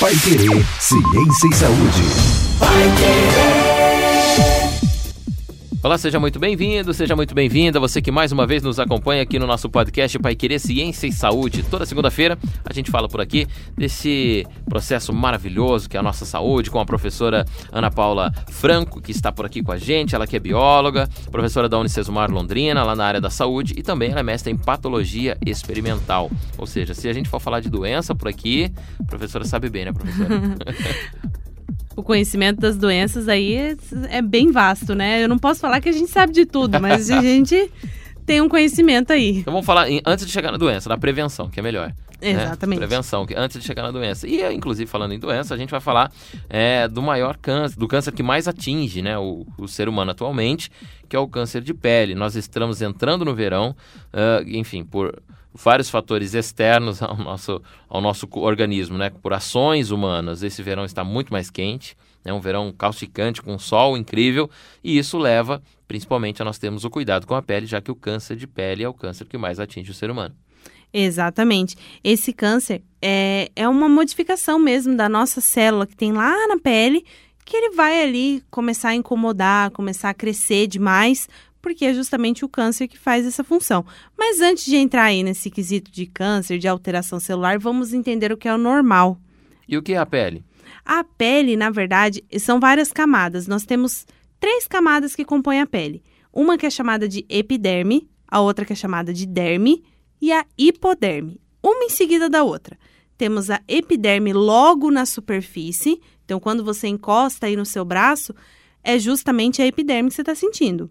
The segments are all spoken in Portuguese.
Paiquerê, ciência e saúde. Paiquerê. Olá, seja muito bem-vindo, seja muito bem-vinda, você que mais uma vez nos acompanha aqui no nosso podcast Paiquerê Ciência e Saúde. Toda segunda-feira a gente fala por aqui desse processo maravilhoso que é a nossa saúde, com a professora Ana Paula Franco, que está por aqui com a gente, ela que é bióloga, professora da Unicesumar Londrina, lá na área da saúde, e também ela é mestra em patologia experimental. Ou seja, se a gente for falar de doença por aqui, a professora sabe bem, né, professora? O conhecimento das doenças aí é bem vasto, né? Eu não posso falar que a gente sabe de tudo, mas a gente tem um conhecimento aí. Então vamos falar, antes de chegar na doença, na prevenção, que é melhor. Exatamente. Né? Prevenção, antes de chegar na doença. E, inclusive, falando em doença, a gente vai falar do maior câncer, do câncer que mais atinge, né, o ser humano atualmente, que é o câncer de pele. Nós estamos entrando no verão, enfim, por vários fatores externos ao nosso organismo, né? Por ações humanas, esse verão está muito mais quente, é um verão causticante, com um sol incrível, e isso leva, principalmente, a nós termos o cuidado com a pele, já que o câncer de pele é o câncer que mais atinge o ser humano. Exatamente. Esse câncer é uma modificação mesmo da nossa célula que tem lá na pele, que ele vai ali começar a incomodar, começar a crescer demais, porque é justamente o câncer que faz essa função. Mas antes de entrar aí nesse quesito de câncer, de alteração celular, vamos entender o que é o normal. E o que é a pele? A pele, na verdade, são várias camadas. Nós temos 3 camadas que compõem a pele. Uma que é chamada de epiderme, a outra que é chamada de derme e a hipoderme, uma em seguida da outra. Temos a epiderme logo na superfície, então quando você encosta aí no seu braço, é justamente a epiderme que você está sentindo.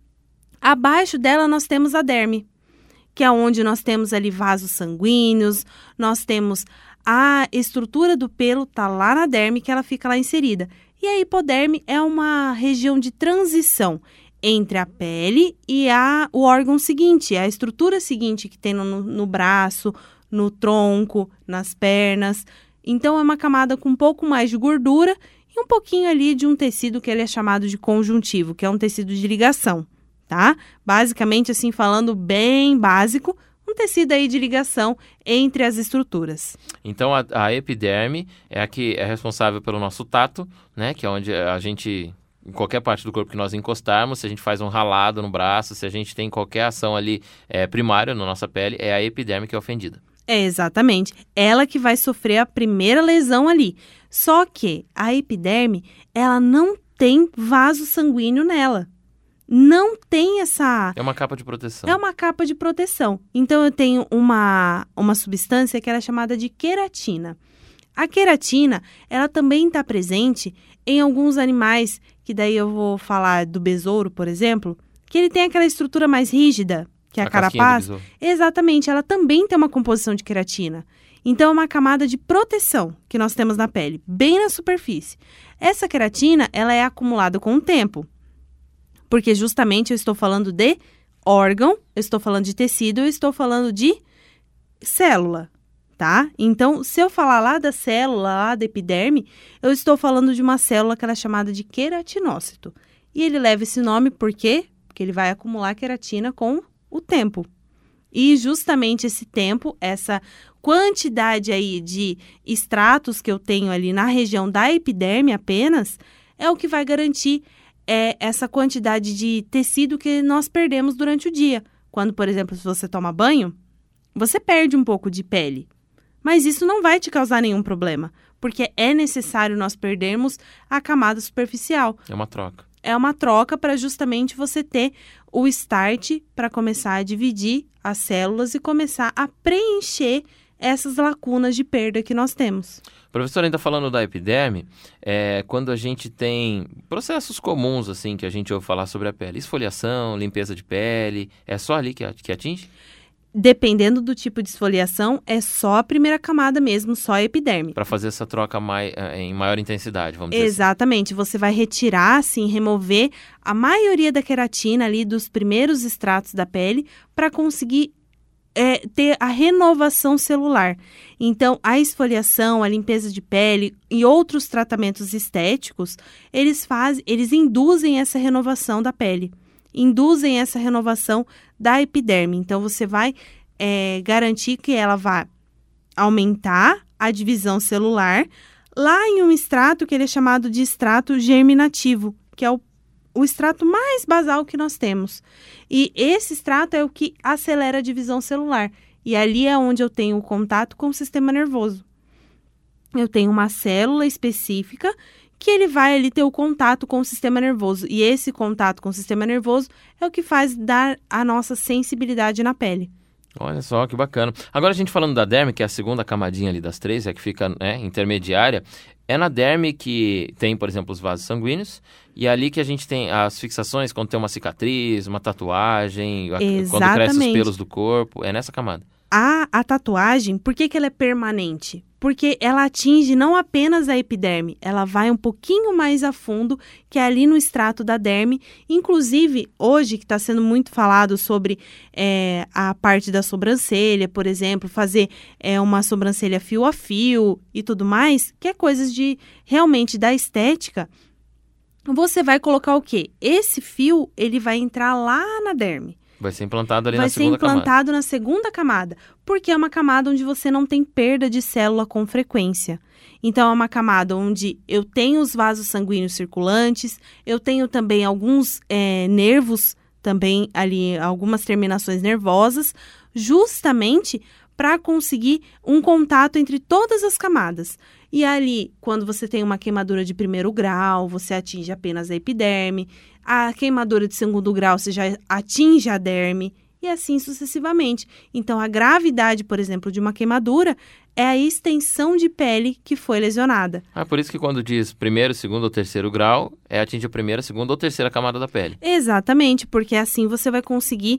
Abaixo dela nós temos a derme, que é onde nós temos ali vasos sanguíneos, nós temos a estrutura do pelo, tá lá na derme, que ela fica lá inserida. E a hipoderme é uma região de transição entre a pele e o órgão seguinte, a estrutura seguinte que tem no braço, no tronco, nas pernas. Então é uma camada com um pouco mais de gordura e um pouquinho ali de um tecido que ele é chamado de conjuntivo, que é um tecido de ligação. Tá? Basicamente, assim, falando bem básico, um tecido aí de ligação entre as estruturas. Então, a epiderme é a que é responsável pelo nosso tato, né? Que é onde a gente, em qualquer parte do corpo que nós encostarmos, se a gente faz um ralado no braço, se a gente tem qualquer ação ali primária na nossa pele, é a epiderme que é ofendida. É, exatamente. Ela que vai sofrer a primeira lesão ali. Só que a epiderme, ela não tem vaso sanguíneo nela. Não tem essa... É uma capa de proteção. É uma capa de proteção. Então, eu tenho uma substância que ela é chamada de queratina. A queratina, ela também está presente em alguns animais, que daí eu vou falar do besouro, por exemplo, que ele tem aquela estrutura mais rígida, que é a carapaça. Exatamente, ela também tem uma composição de queratina. Então, é uma camada de proteção que nós temos na pele, bem na superfície. Essa queratina, ela é acumulada com o tempo. Porque justamente eu estou falando de órgão, eu estou falando de tecido, eu estou falando de célula, tá? Então, se eu falar lá da célula, lá da epiderme, eu estou falando de uma célula que ela é chamada de queratinócito. E ele leva esse nome por quê? Porque ele vai acumular queratina com o tempo. E justamente esse tempo, essa quantidade aí de estratos que eu tenho ali na região da epiderme apenas, é o que vai garantir essa quantidade de tecido que nós perdemos durante o dia. Quando, por exemplo, se você toma banho, você perde um pouco de pele. Mas isso não vai te causar nenhum problema, porque é necessário nós perdermos a camada superficial. É uma troca. É uma troca para justamente você ter o start para começar a dividir as células e começar a preencher essas lacunas de perda que nós temos. Professor, ainda falando da epiderme, quando a gente tem processos comuns, assim, que a gente ouve falar sobre a pele, esfoliação, limpeza de pele, é só ali que atinge? Dependendo do tipo de esfoliação, é só a primeira camada mesmo, só a epiderme. Para fazer essa troca em maior intensidade, vamos dizer assim. Exatamente, você vai retirar, assim, remover a maioria da queratina ali dos primeiros estratos da pele para conseguir ter a renovação celular. Então, a esfoliação, a limpeza de pele e outros tratamentos estéticos, eles induzem essa renovação da pele, induzem essa renovação da epiderme. Então, você vai garantir que ela vai aumentar a divisão celular, lá em um extrato que ele é chamado de extrato germinativo, que é o extrato mais basal que nós temos. E esse extrato é o que acelera a divisão celular. E ali é onde eu tenho o contato com o sistema nervoso. Eu tenho uma célula específica que ele vai ali ter o contato com o sistema nervoso. E esse contato com o sistema nervoso é o que faz dar a nossa sensibilidade na pele. Olha só, que bacana. Agora a gente falando da derme, que é a segunda camadinha ali das três, é que fica intermediária, é na derme que tem, por exemplo, os vasos sanguíneos, e é ali que a gente tem as fixações, quando tem uma cicatriz, uma tatuagem, quando crescem os pelos do corpo, é nessa camada. A tatuagem, por que ela é permanente? Porque ela atinge não apenas a epiderme, ela vai um pouquinho mais a fundo, que é ali no extrato da derme. Inclusive, hoje que está sendo muito falado sobre a parte da sobrancelha, por exemplo, fazer uma sobrancelha fio a fio e tudo mais, que é coisas de realmente da estética, você vai colocar o quê? Esse fio, ele vai entrar lá na derme. Vai ser implantado ali na Vai segunda ser implantado na segunda camada, porque é uma camada onde você não tem perda de célula com frequência. Então, é uma camada onde eu tenho os vasos sanguíneos circulantes, eu tenho também alguns nervos, também ali, algumas terminações nervosas, justamente para conseguir um contato entre todas as camadas. E ali, quando você tem uma queimadura de primeiro grau, você atinge apenas a epiderme. A queimadura de segundo grau, você já atinge a derme. E assim sucessivamente. Então, a gravidade, por exemplo, de uma queimadura é a extensão de pele que foi lesionada. Por isso que quando diz primeiro, segundo ou terceiro grau, atinge a primeira, segunda ou terceira camada da pele. Exatamente, porque assim você vai conseguir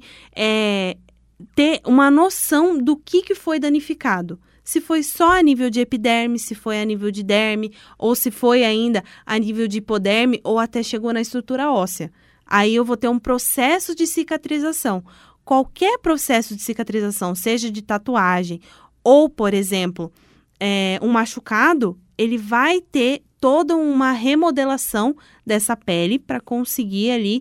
ter uma noção do que foi danificado. Se foi só a nível de epiderme, se foi a nível de derme, ou se foi ainda a nível de hipoderme, ou até chegou na estrutura óssea. Aí eu vou ter um processo de cicatrização. Qualquer processo de cicatrização, seja de tatuagem ou, por exemplo, um machucado, ele vai ter toda uma remodelação dessa pele para conseguir ali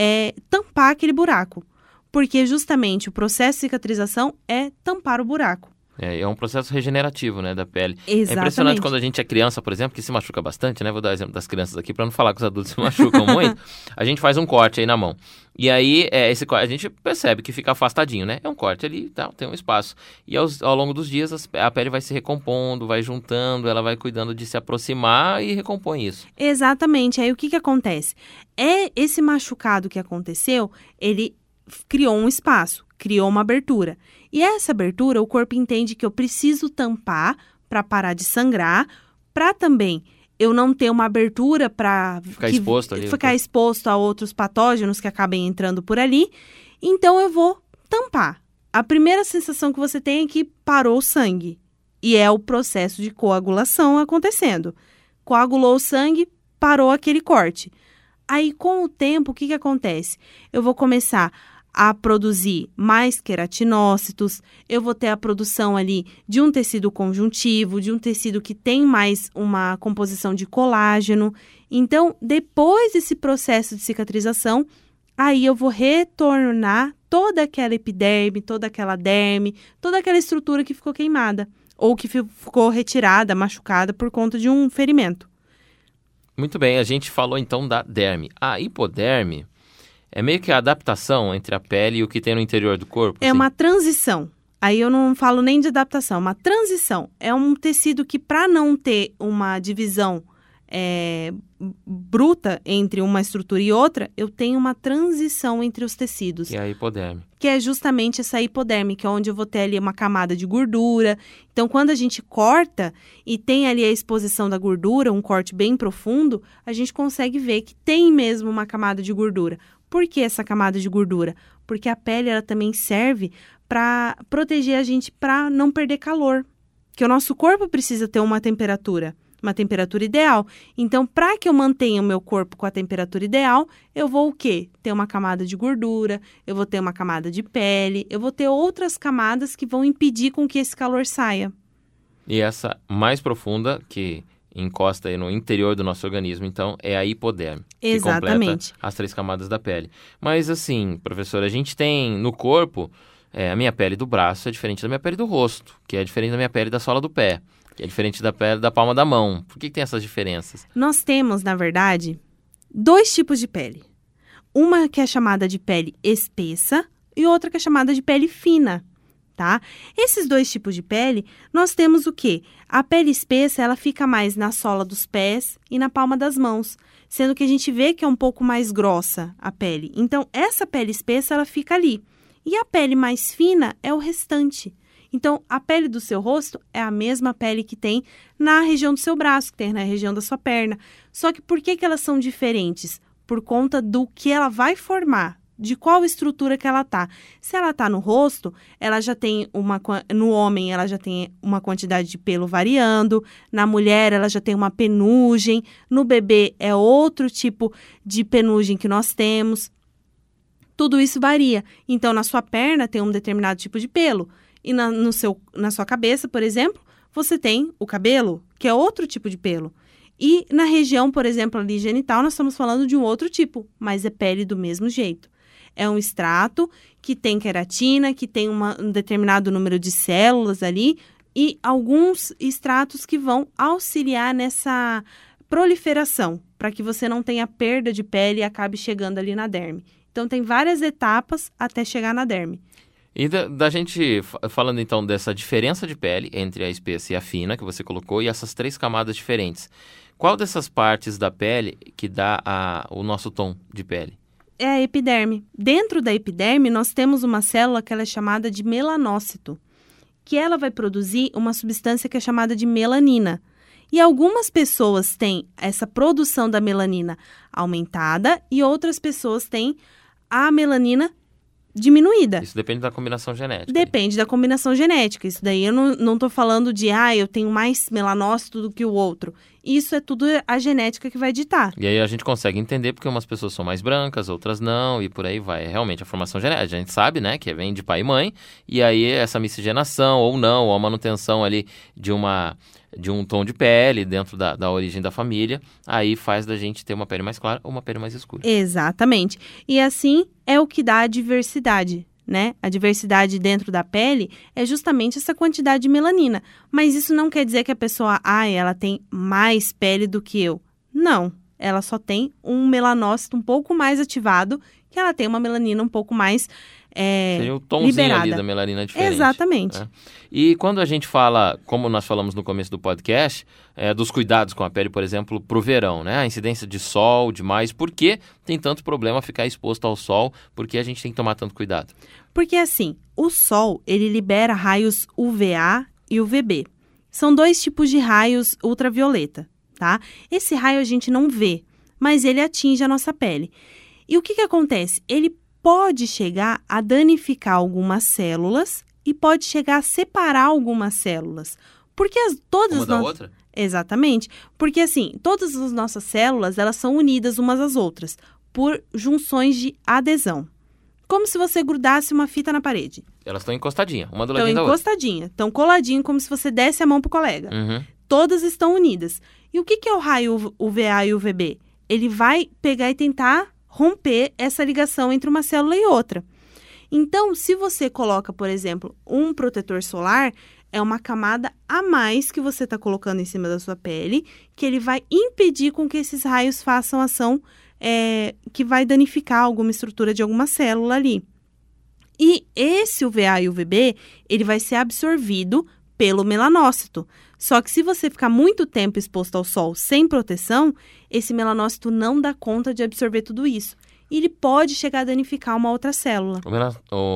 tampar aquele buraco. Porque justamente o processo de cicatrização é tampar o buraco. É um processo regenerativo, né, da pele. Exatamente. É impressionante quando a gente é criança, por exemplo, que se machuca bastante, né? Vou dar o exemplo das crianças aqui para não falar que os adultos se machucam muito. A gente faz um corte aí na mão. E aí, esse corte, a gente percebe que fica afastadinho, né? É um corte ali, tá, tem um espaço. E ao longo dos dias, a pele vai se recompondo, vai juntando, ela vai cuidando de se aproximar e recompõe isso. Exatamente. Aí o que acontece? Esse machucado que aconteceu, ele criou um espaço, criou uma abertura. E essa abertura, o corpo entende que eu preciso tampar para parar de sangrar, para também eu não ter uma abertura para ficar exposto a outros patógenos que acabem entrando por ali. Então, eu vou tampar. A primeira sensação que você tem é que parou o sangue. E é o processo de coagulação acontecendo. Coagulou o sangue, parou aquele corte. Aí, com o tempo, o que acontece? Eu vou começar a produzir mais queratinócitos, eu vou ter a produção ali de um tecido conjuntivo, de um tecido que tem mais uma composição de colágeno. Então, depois desse processo de cicatrização, aí eu vou retornar toda aquela epiderme, toda aquela derme, toda aquela estrutura que ficou queimada ou que ficou retirada, machucada por conta de um ferimento. Muito bem, a gente falou então da derme. A hipoderme é meio que a adaptação entre a pele e o que tem no interior do corpo? É uma transição. Aí eu não falo nem de adaptação, é uma transição. É um tecido que, para não ter uma divisão bruta entre uma estrutura e outra, eu tenho uma transição entre os tecidos. Que é a hipoderme. Que é justamente essa hipoderme, que é onde eu vou ter ali uma camada de gordura. Então, quando a gente corta e tem ali a exposição da gordura, um corte bem profundo, a gente consegue ver que tem mesmo uma camada de gordura. Por que essa camada de gordura? Porque a pele ela também serve para proteger a gente para não perder calor. Porque o nosso corpo precisa ter uma temperatura ideal. Então, para que eu mantenha o meu corpo com a temperatura ideal, eu vou o quê? Ter uma camada de gordura, eu vou ter uma camada de pele, eu vou ter outras camadas que vão impedir com que esse calor saia. E essa mais profunda, que encosta aí no interior do nosso organismo, então, é a hipoderme. Exatamente. Que completa as 3 camadas da pele. Mas assim, professora, a gente tem no corpo a minha pele do braço é diferente da minha pele do rosto, que é diferente da minha pele da sola do pé, que é diferente da pele da palma da mão. Por que tem essas diferenças? Nós temos, na verdade, 2 tipos de pele. Uma que é chamada de pele espessa e outra que é chamada de pele fina, tá? Esses 2 tipos de pele, nós temos o quê? A pele espessa, ela fica mais na sola dos pés e na palma das mãos, sendo que a gente vê que é um pouco mais grossa a pele. Então, essa pele espessa, ela fica ali. E a pele mais fina é o restante. Então, a pele do seu rosto é a mesma pele que tem na região do seu braço, que tem na região da sua perna. Só que por que elas são diferentes? Por conta do que ela vai formar, de qual estrutura que ela tá. Se ela tá no rosto, ela já tem no homem, ela já tem uma quantidade de pelo variando, na mulher ela já tem uma penugem, no bebê é outro tipo de penugem que nós temos. Tudo isso varia. Então, na sua perna tem um determinado tipo de pelo. E na sua cabeça, por exemplo, você tem o cabelo, que é outro tipo de pelo. E na região, por exemplo, ali genital, nós estamos falando de um outro tipo, mas é pele do mesmo jeito. É um extrato que tem queratina, que tem um determinado número de células ali e alguns extratos que vão auxiliar nessa proliferação, para que você não tenha perda de pele e acabe chegando ali na derme. Então, tem várias etapas até chegar na derme. E da gente, falando então dessa diferença de pele entre a espessa e a fina, que você colocou, e essas 3 camadas diferentes. Qual dessas partes da pele que dá o nosso tom de pele? É a epiderme. Dentro da epiderme, nós temos uma célula que ela é chamada de melanócito, que ela vai produzir uma substância que é chamada de melanina. E algumas pessoas têm essa produção da melanina aumentada e outras pessoas têm a melanina diminuída. Isso depende da combinação genética. Depende da combinação genética. Isso daí eu não estou falando de, eu tenho mais melanócito do que o outro. Isso é tudo a genética que vai ditar. E aí a gente consegue entender porque umas pessoas são mais brancas, outras não, e por aí vai. Realmente, a formação genética, a gente sabe, né, que vem de pai e mãe, e aí essa miscigenação ou não, ou a manutenção ali de um tom de pele dentro da origem da família, aí faz da gente ter uma pele mais clara ou uma pele mais escura. Exatamente. E assim é o que dá a diversidade, né? A diversidade dentro da pele é justamente essa quantidade de melanina. Mas isso não quer dizer que a pessoa, ela tem mais pele do que eu. Não. Ela só tem um melanócito um pouco mais ativado, que ela tem uma melanina um pouco mais seria o tomzinho liberada. Ali da melanina diferente. Exatamente. Né? E quando a gente fala, como nós falamos no começo do podcast, dos cuidados com a pele, por exemplo, para o verão, né? A incidência de sol demais, por que tem tanto problema ficar exposto ao sol? Por que a gente tem que tomar tanto cuidado? Porque assim, o sol, ele libera raios UVA e UVB. São 2 tipos de raios ultravioleta, tá? Esse raio a gente não vê, mas ele atinge a nossa pele. E o que acontece? Ele pode chegar a danificar algumas células e pode chegar a separar algumas células. Porque todas uma da outra? Exatamente. Porque assim, todas as nossas células, elas são unidas umas às outras por junções de adesão. Como se você grudasse uma fita na parede. Elas estão encostadinhas, uma do ladinho da outra. Estão encostadinhas, estão coladinhas, como se você desse a mão pro colega. Uhum. Todas estão unidas. E o que é o raio UVA e UVB? Ele vai pegar e tentar romper essa ligação entre uma célula e outra. Então, se você coloca, por exemplo, um protetor solar, é uma camada a mais que você está colocando em cima da sua pele, que ele vai impedir com que esses raios façam ação que vai danificar alguma estrutura de alguma célula ali. E esse UVA e UVB, ele vai ser absorvido pelo melanócito. Só que se você ficar muito tempo exposto ao sol sem proteção, esse melanócito não dá conta de absorver tudo isso. E ele pode chegar a danificar uma outra célula. O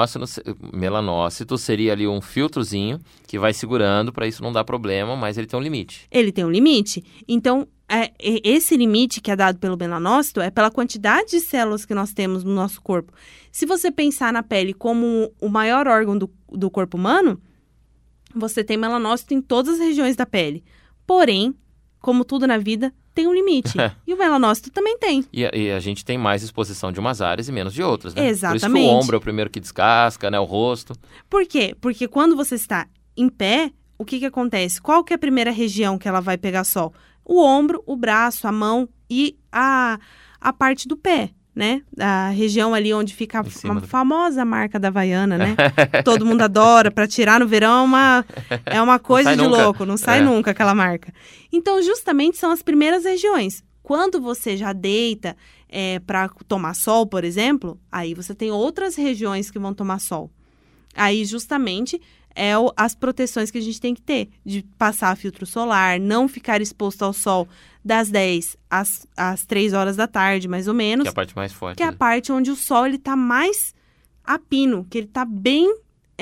melanócito seria ali um filtrozinho que vai segurando para isso não dar problema, mas ele tem um limite. Ele tem um limite. Então, esse limite que é dado pelo melanócito é pela quantidade de células que nós temos no nosso corpo. Se você pensar na pele como o maior órgão do corpo humano, você tem melanócito em todas as regiões da pele. Porém, como tudo na vida, tem um limite. E o melanócito também tem. E a gente tem mais exposição de umas áreas e menos de outras, né? Exatamente. Por isso que o ombro é o primeiro que descasca, né? O rosto. Por quê? Porque quando você está em pé, o que acontece? Qual que é a primeira região que ela vai pegar sol? O ombro, o braço, a mão e a parte do pé. né? A região ali onde fica Em cima uma do- famosa marca da Havaiana, né? Todo mundo adora, para tirar no verão é uma coisa sai de nunca. louco, não sai É. nunca aquela marca. Então, justamente são as primeiras regiões. Quando você já deita para tomar sol, por exemplo, aí você tem outras regiões que vão tomar sol. Aí, justamente, as proteções que a gente tem que ter, de passar filtro solar, não ficar exposto ao sol das 10 às 3 horas da tarde, mais ou menos, Que é a parte mais forte. que é a né? parte onde o sol ele tá mais a pino, que ele tá bem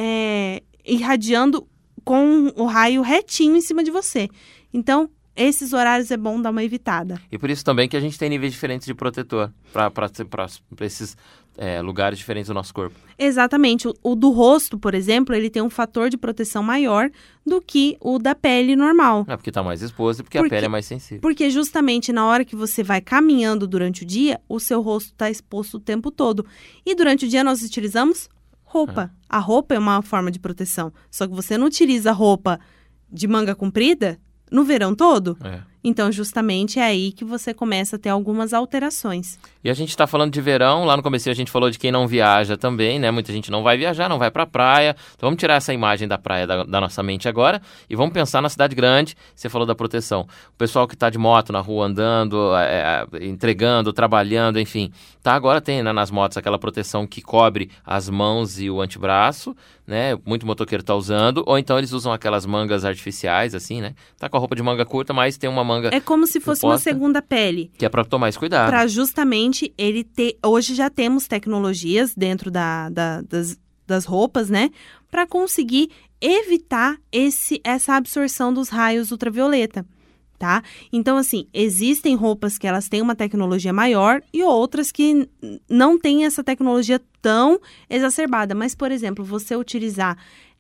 irradiando com o raio retinho em cima de você. Então, esses horários é bom dar uma evitada. E por isso também que a gente tem níveis diferentes de protetor para esses lugares diferentes do nosso corpo. Exatamente. O do rosto, por exemplo, ele tem um fator de proteção maior do que o da pele normal. É porque está mais exposto e porque a Porque- pele é mais sensível. Porque justamente na hora que você vai caminhando durante o dia, o seu rosto está exposto o tempo todo. E durante o dia nós utilizamos roupa. A roupa é uma forma de proteção. Só que você não utiliza roupa de manga comprida no verão todo. É. Então, justamente é aí que você começa a ter algumas alterações. E a gente está falando de verão, lá no começo a gente falou de quem não viaja também, né? Muita gente não vai viajar, não vai pra praia. Então vamos tirar essa imagem da praia da nossa mente agora e vamos pensar na cidade grande. Você falou da proteção. O pessoal que está de moto na rua andando, entregando, trabalhando, enfim. Agora tem, né, nas motos aquela proteção que cobre as mãos e o antebraço, né? Muito motoqueiro está usando. Ou então eles usam aquelas mangas artificiais, assim, né? Tá com a roupa de manga curta, mas tem uma manga É como se fosse uma suposta, segunda pele. que é para tomar esse cuidado. Para justamente ele ter. Hoje já temos tecnologias dentro das roupas, né? Para conseguir evitar essa absorção dos raios ultravioleta, tá? Então, assim, existem roupas que elas têm uma tecnologia maior e outras que não têm essa tecnologia tão exacerbada. Mas, por exemplo, você utilizar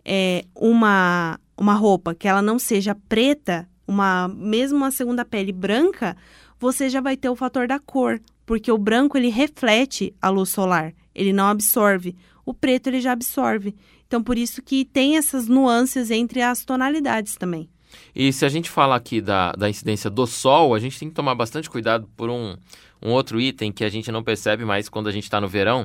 uma roupa que ela não seja preta, mesmo uma segunda pele branca, você já vai ter o fator da cor, porque o branco ele reflete a luz solar, ele não absorve. O preto ele já absorve. Então, por isso que tem essas nuances entre as tonalidades também. E se a gente falar aqui da incidência do sol, a gente tem que tomar bastante cuidado por um outro item que a gente não percebe mais quando a gente está no verão.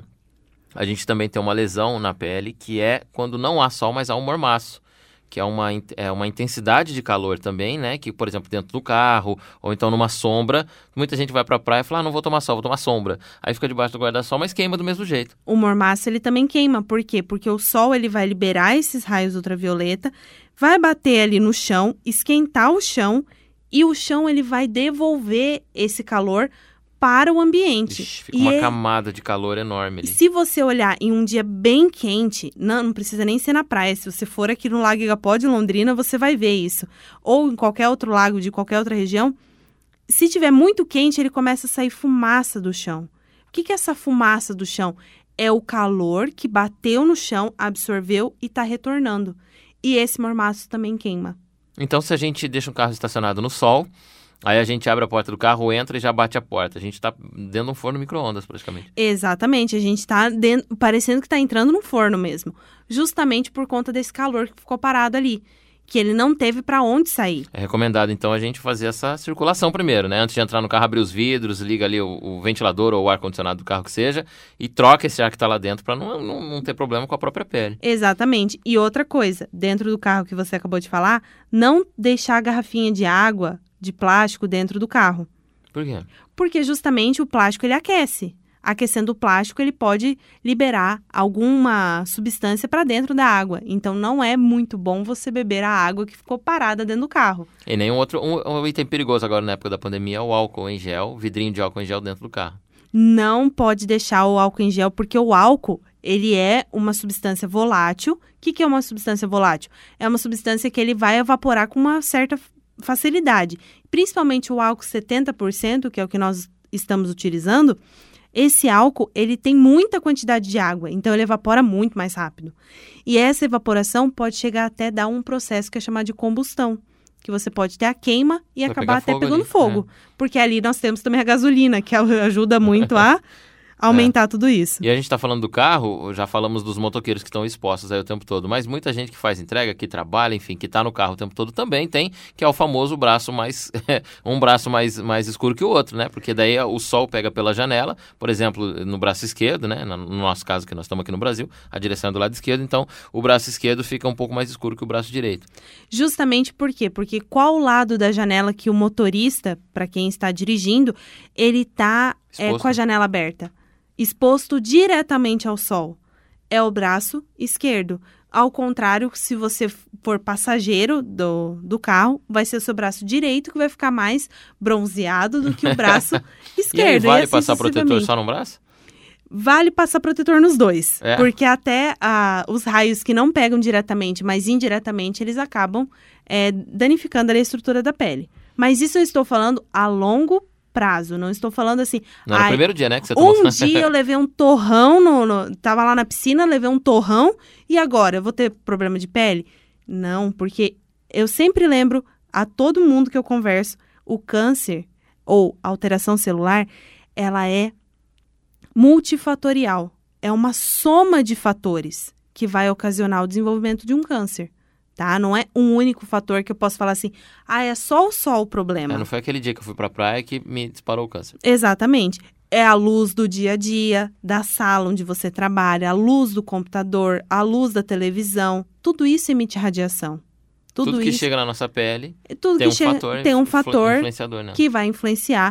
A gente também tem uma lesão na pele, que é quando não há sol, mas há um mormaço, que é uma intensidade de calor também, né? Que, por exemplo, dentro do carro, ou então numa sombra, muita gente vai pra praia e fala, não vou tomar sol, vou tomar sombra. Aí fica debaixo do guarda-sol, mas queima do mesmo jeito. O mormaço ele também queima. Por quê? Porque o sol ele vai liberar esses raios ultravioleta, vai bater ali no chão, esquentar o chão, e o chão ele vai devolver esse calor para o ambiente. Ixi, fica uma camada de calor enorme ali. Se você olhar em um dia bem quente, não precisa nem ser na praia, se você for aqui no Lago Igapó de Londrina, você vai ver isso. Ou em qualquer outro lago de qualquer outra região, se tiver muito quente, ele começa a sair fumaça do chão. O que é essa fumaça do chão? É o calor que bateu no chão, absorveu e está retornando. E esse mormaço também queima. Então, se a gente deixa um carro estacionado no sol, aí a gente abre a porta do carro, entra e já bate a porta. A gente tá dentro de um forno micro-ondas, praticamente. Exatamente, a gente tá parecendo que tá entrando num forno mesmo. Justamente por conta desse calor que ficou parado ali. Que ele não teve para onde sair. É recomendado, então, a gente fazer essa circulação primeiro, né? Antes de entrar no carro, abrir os vidros, liga ali o ventilador ou o ar-condicionado do carro que seja e troca esse ar que tá lá dentro para não ter problema com a própria pele. Exatamente. E outra coisa, dentro do carro que você acabou de falar, não deixar a garrafinha de água de plástico dentro do carro. Por quê? Porque justamente o plástico ele aquece. Aquecendo o plástico, ele pode liberar alguma substância para dentro da água. Então, não é muito bom você beber a água que ficou parada dentro do carro. E nem um item perigoso agora na época da pandemia é o álcool em gel, vidrinho de álcool em gel dentro do carro. Não pode deixar o álcool em gel, porque o álcool, ele é uma substância volátil. O que é uma substância volátil? É uma substância que ele vai evaporar com uma certa facilidade. Principalmente o álcool 70%, que é o que nós estamos utilizando, esse álcool, ele tem muita quantidade de água, então ele evapora muito mais rápido. E essa evaporação pode chegar até dar um processo que é chamado de combustão, que você pode ter a queima e Vai acabar pegar até fogo pegando ali, fogo. Porque ali nós temos também a gasolina, que ajuda muito aumentar tudo isso. E a gente tá falando do carro, já falamos dos motoqueiros que estão expostos aí o tempo todo, mas muita gente que faz entrega, que trabalha, enfim, que tá no carro o tempo todo também tem, que é o famoso braço mais, um braço mais escuro que o outro, né? Porque daí o sol pega pela janela, por exemplo, no braço esquerdo, né? No nosso caso, que nós estamos aqui no Brasil, a direção é do lado esquerdo, então o braço esquerdo fica um pouco mais escuro que o braço direito. Justamente por quê? Porque qual lado da janela que o motorista, para quem está dirigindo, ele tá com a janela aberta? Exposto diretamente ao sol. É o braço esquerdo. Ao contrário, se você for passageiro do carro, vai ser o seu braço direito que vai ficar mais bronzeado do que o braço esquerdo. E aí, vale assim passar protetor só no braço? Vale passar protetor nos dois. Porque até os raios que não pegam diretamente, mas indiretamente, eles acabam danificando a estrutura da pele. Mas isso eu estou falando a longo prazo, não estou falando assim... Não, no primeiro dia, né, que você tomou... dia eu levei um torrão, tava lá na piscina, levei um torrão, e agora, eu vou ter problema de pele? Não, porque eu sempre lembro a todo mundo que eu converso, o câncer ou alteração celular, ela é multifatorial. É uma soma de fatores que vai ocasionar o desenvolvimento de um câncer. Tá? Não é um único fator que eu posso falar assim, é só o sol o problema. Não foi aquele dia que eu fui pra praia que me disparou o câncer. Exatamente. É a luz do dia a dia, da sala onde você trabalha, a luz do computador, a luz da televisão. Tudo isso emite radiação. Tudo que chega na nossa pele tem um fator influenciador, né? Que vai influenciar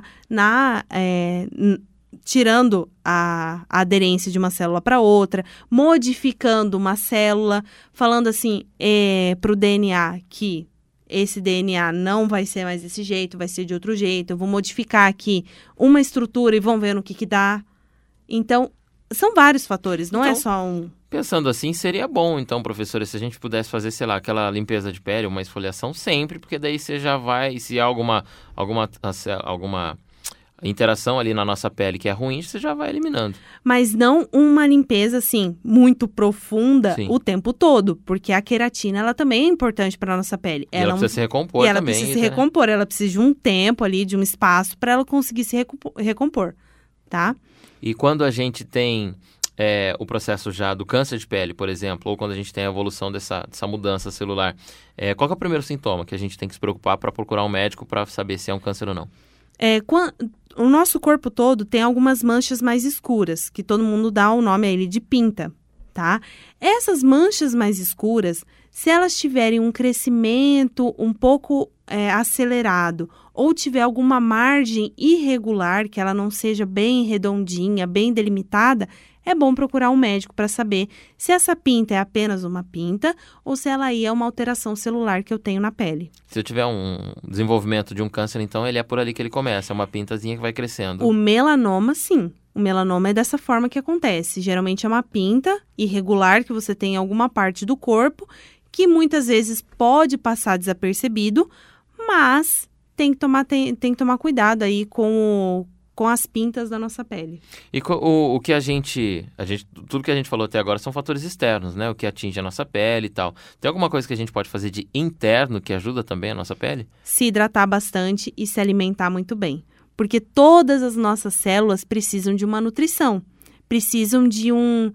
tirando a aderência de uma célula para outra, modificando uma célula, falando assim para o DNA que esse DNA não vai ser mais desse jeito, vai ser de outro jeito, eu vou modificar aqui uma estrutura e vamos ver no que dá. Então, são vários fatores, não é só um... Pensando assim, seria bom, então, professora, se a gente pudesse fazer, sei lá, aquela limpeza de pele, uma esfoliação sempre, porque daí você já vai, se há alguma interação ali na nossa pele que é ruim, você já vai eliminando. Mas não uma limpeza, assim, muito profunda o tempo todo, porque a queratina, ela também é importante para a nossa pele. Ela precisa se recompor também. Ela precisa se recompor, ela precisa de um tempo ali, de um espaço para ela conseguir se recompor, tá? E quando a gente tem o processo já do câncer de pele, por exemplo, ou quando a gente tem a evolução dessa mudança celular, qual que é o primeiro sintoma que a gente tem que se preocupar para procurar um médico para saber se é um câncer ou não? O nosso corpo todo tem algumas manchas mais escuras, que todo mundo dá o nome a ele de pinta, tá? Essas manchas mais escuras, se elas tiverem um crescimento um pouco acelerado ou tiver alguma margem irregular, que ela não seja bem redondinha, bem delimitada, é bom procurar um médico para saber se essa pinta é apenas uma pinta ou se ela aí é uma alteração celular que eu tenho na pele. Se eu tiver um desenvolvimento de um câncer, então ele é por ali que ele começa, é uma pintazinha que vai crescendo. O melanoma, sim. O melanoma é dessa forma que acontece. Geralmente é uma pinta irregular que você tem em alguma parte do corpo, que muitas vezes pode passar desapercebido, mas tem que tomar cuidado aí com as pintas da nossa pele. E o que tudo que a gente falou até agora são fatores externos, né? O que atinge a nossa pele e tal. Tem alguma coisa que a gente pode fazer de interno que ajuda também a nossa pele? Se hidratar bastante e se alimentar muito bem. Porque todas as nossas células precisam de uma nutrição. Precisam de um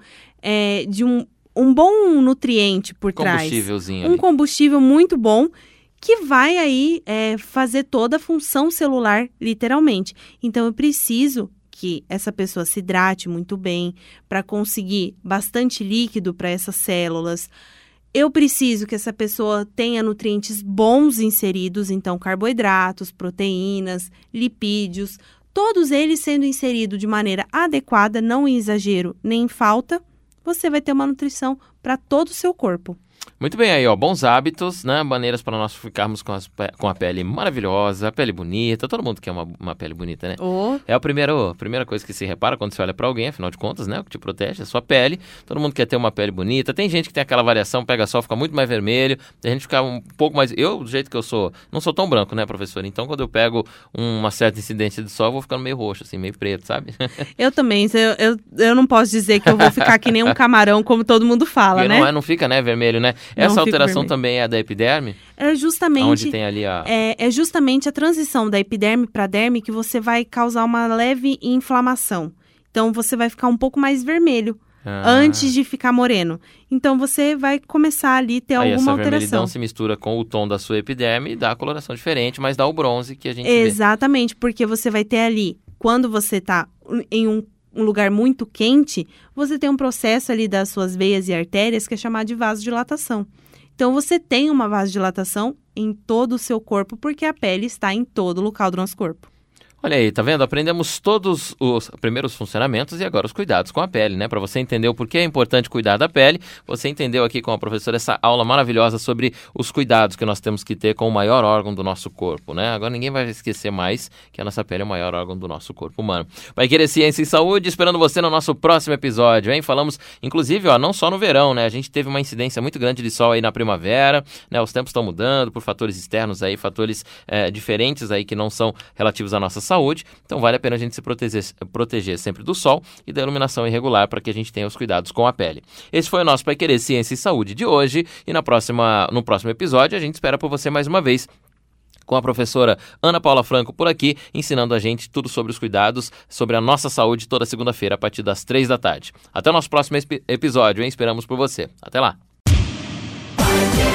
bom nutriente por trás. Combustívelzinho. Um combustível muito bom que vai aí fazer toda a função celular, literalmente. Então, eu preciso que essa pessoa se hidrate muito bem para conseguir bastante líquido para essas células. Eu preciso que essa pessoa tenha nutrientes bons inseridos, então carboidratos, proteínas, lipídios, todos eles sendo inseridos de maneira adequada, não em exagero nem em falta, você vai ter uma nutrição para todo o seu corpo. Muito bem aí, ó, bons hábitos, né, maneiras para nós ficarmos com a pele maravilhosa, a pele bonita, todo mundo quer uma pele bonita, né? É a primeira coisa que se repara quando você olha para alguém, afinal de contas, né, o que te protege é a sua pele, todo mundo quer ter uma pele bonita, tem gente que tem aquela variação, pega sol, fica muito mais vermelho, tem gente que fica um pouco mais, eu, do jeito que eu sou, não sou tão branco, né, professor, então quando eu pego uma certa incidência de sol, eu vou ficando meio roxo, assim, meio preto, sabe? Eu também, eu não posso dizer que eu vou ficar que nem um camarão, como todo mundo fala, porque né? Não fica, né, vermelho, né? Essa alteração também é da epiderme? É justamente, onde tem ali é justamente a transição da epiderme para a derme que você vai causar uma leve inflamação. Então, você vai ficar um pouco mais vermelho antes de ficar moreno. Então, você vai começar ali a ter alguma essa alteração. vermelhidão se mistura com o tom da sua epiderme e dá a coloração diferente, mas dá o bronze que a gente Exatamente, porque você vai ter ali, quando você está em um lugar muito quente, você tem um processo ali das suas veias e artérias que é chamado de vasodilatação. Então, você tem uma vasodilatação em todo o seu corpo, porque a pele está em todo o local do nosso corpo. Olha aí, tá vendo? Aprendemos todos os primeiros funcionamentos e agora os cuidados com a pele, né? Para você entender o porquê é importante cuidar da pele, você entendeu aqui com a professora essa aula maravilhosa sobre os cuidados que nós temos que ter com o maior órgão do nosso corpo, né? Agora ninguém vai esquecer mais que a nossa pele é o maior órgão do nosso corpo humano. Vai querer Ciência e Saúde, esperando você no nosso próximo episódio, hein? Falamos, inclusive, não só no verão, né? A gente teve uma incidência muito grande de sol aí na primavera, né? Os tempos estão mudando por fatores externos aí, fatores diferentes aí que não são relativos à nossa saúde, então vale a pena a gente se proteger sempre do sol e da iluminação irregular para que a gente tenha os cuidados com a pele. Esse foi o nosso Pai Querer Ciência e Saúde de hoje e no próximo episódio a gente espera por você mais uma vez com a professora Ana Paula Franco por aqui, ensinando a gente tudo sobre os cuidados, sobre a nossa saúde toda segunda-feira a partir das 3 da tarde. Até o nosso próximo episódio, hein? Esperamos por você. Até lá!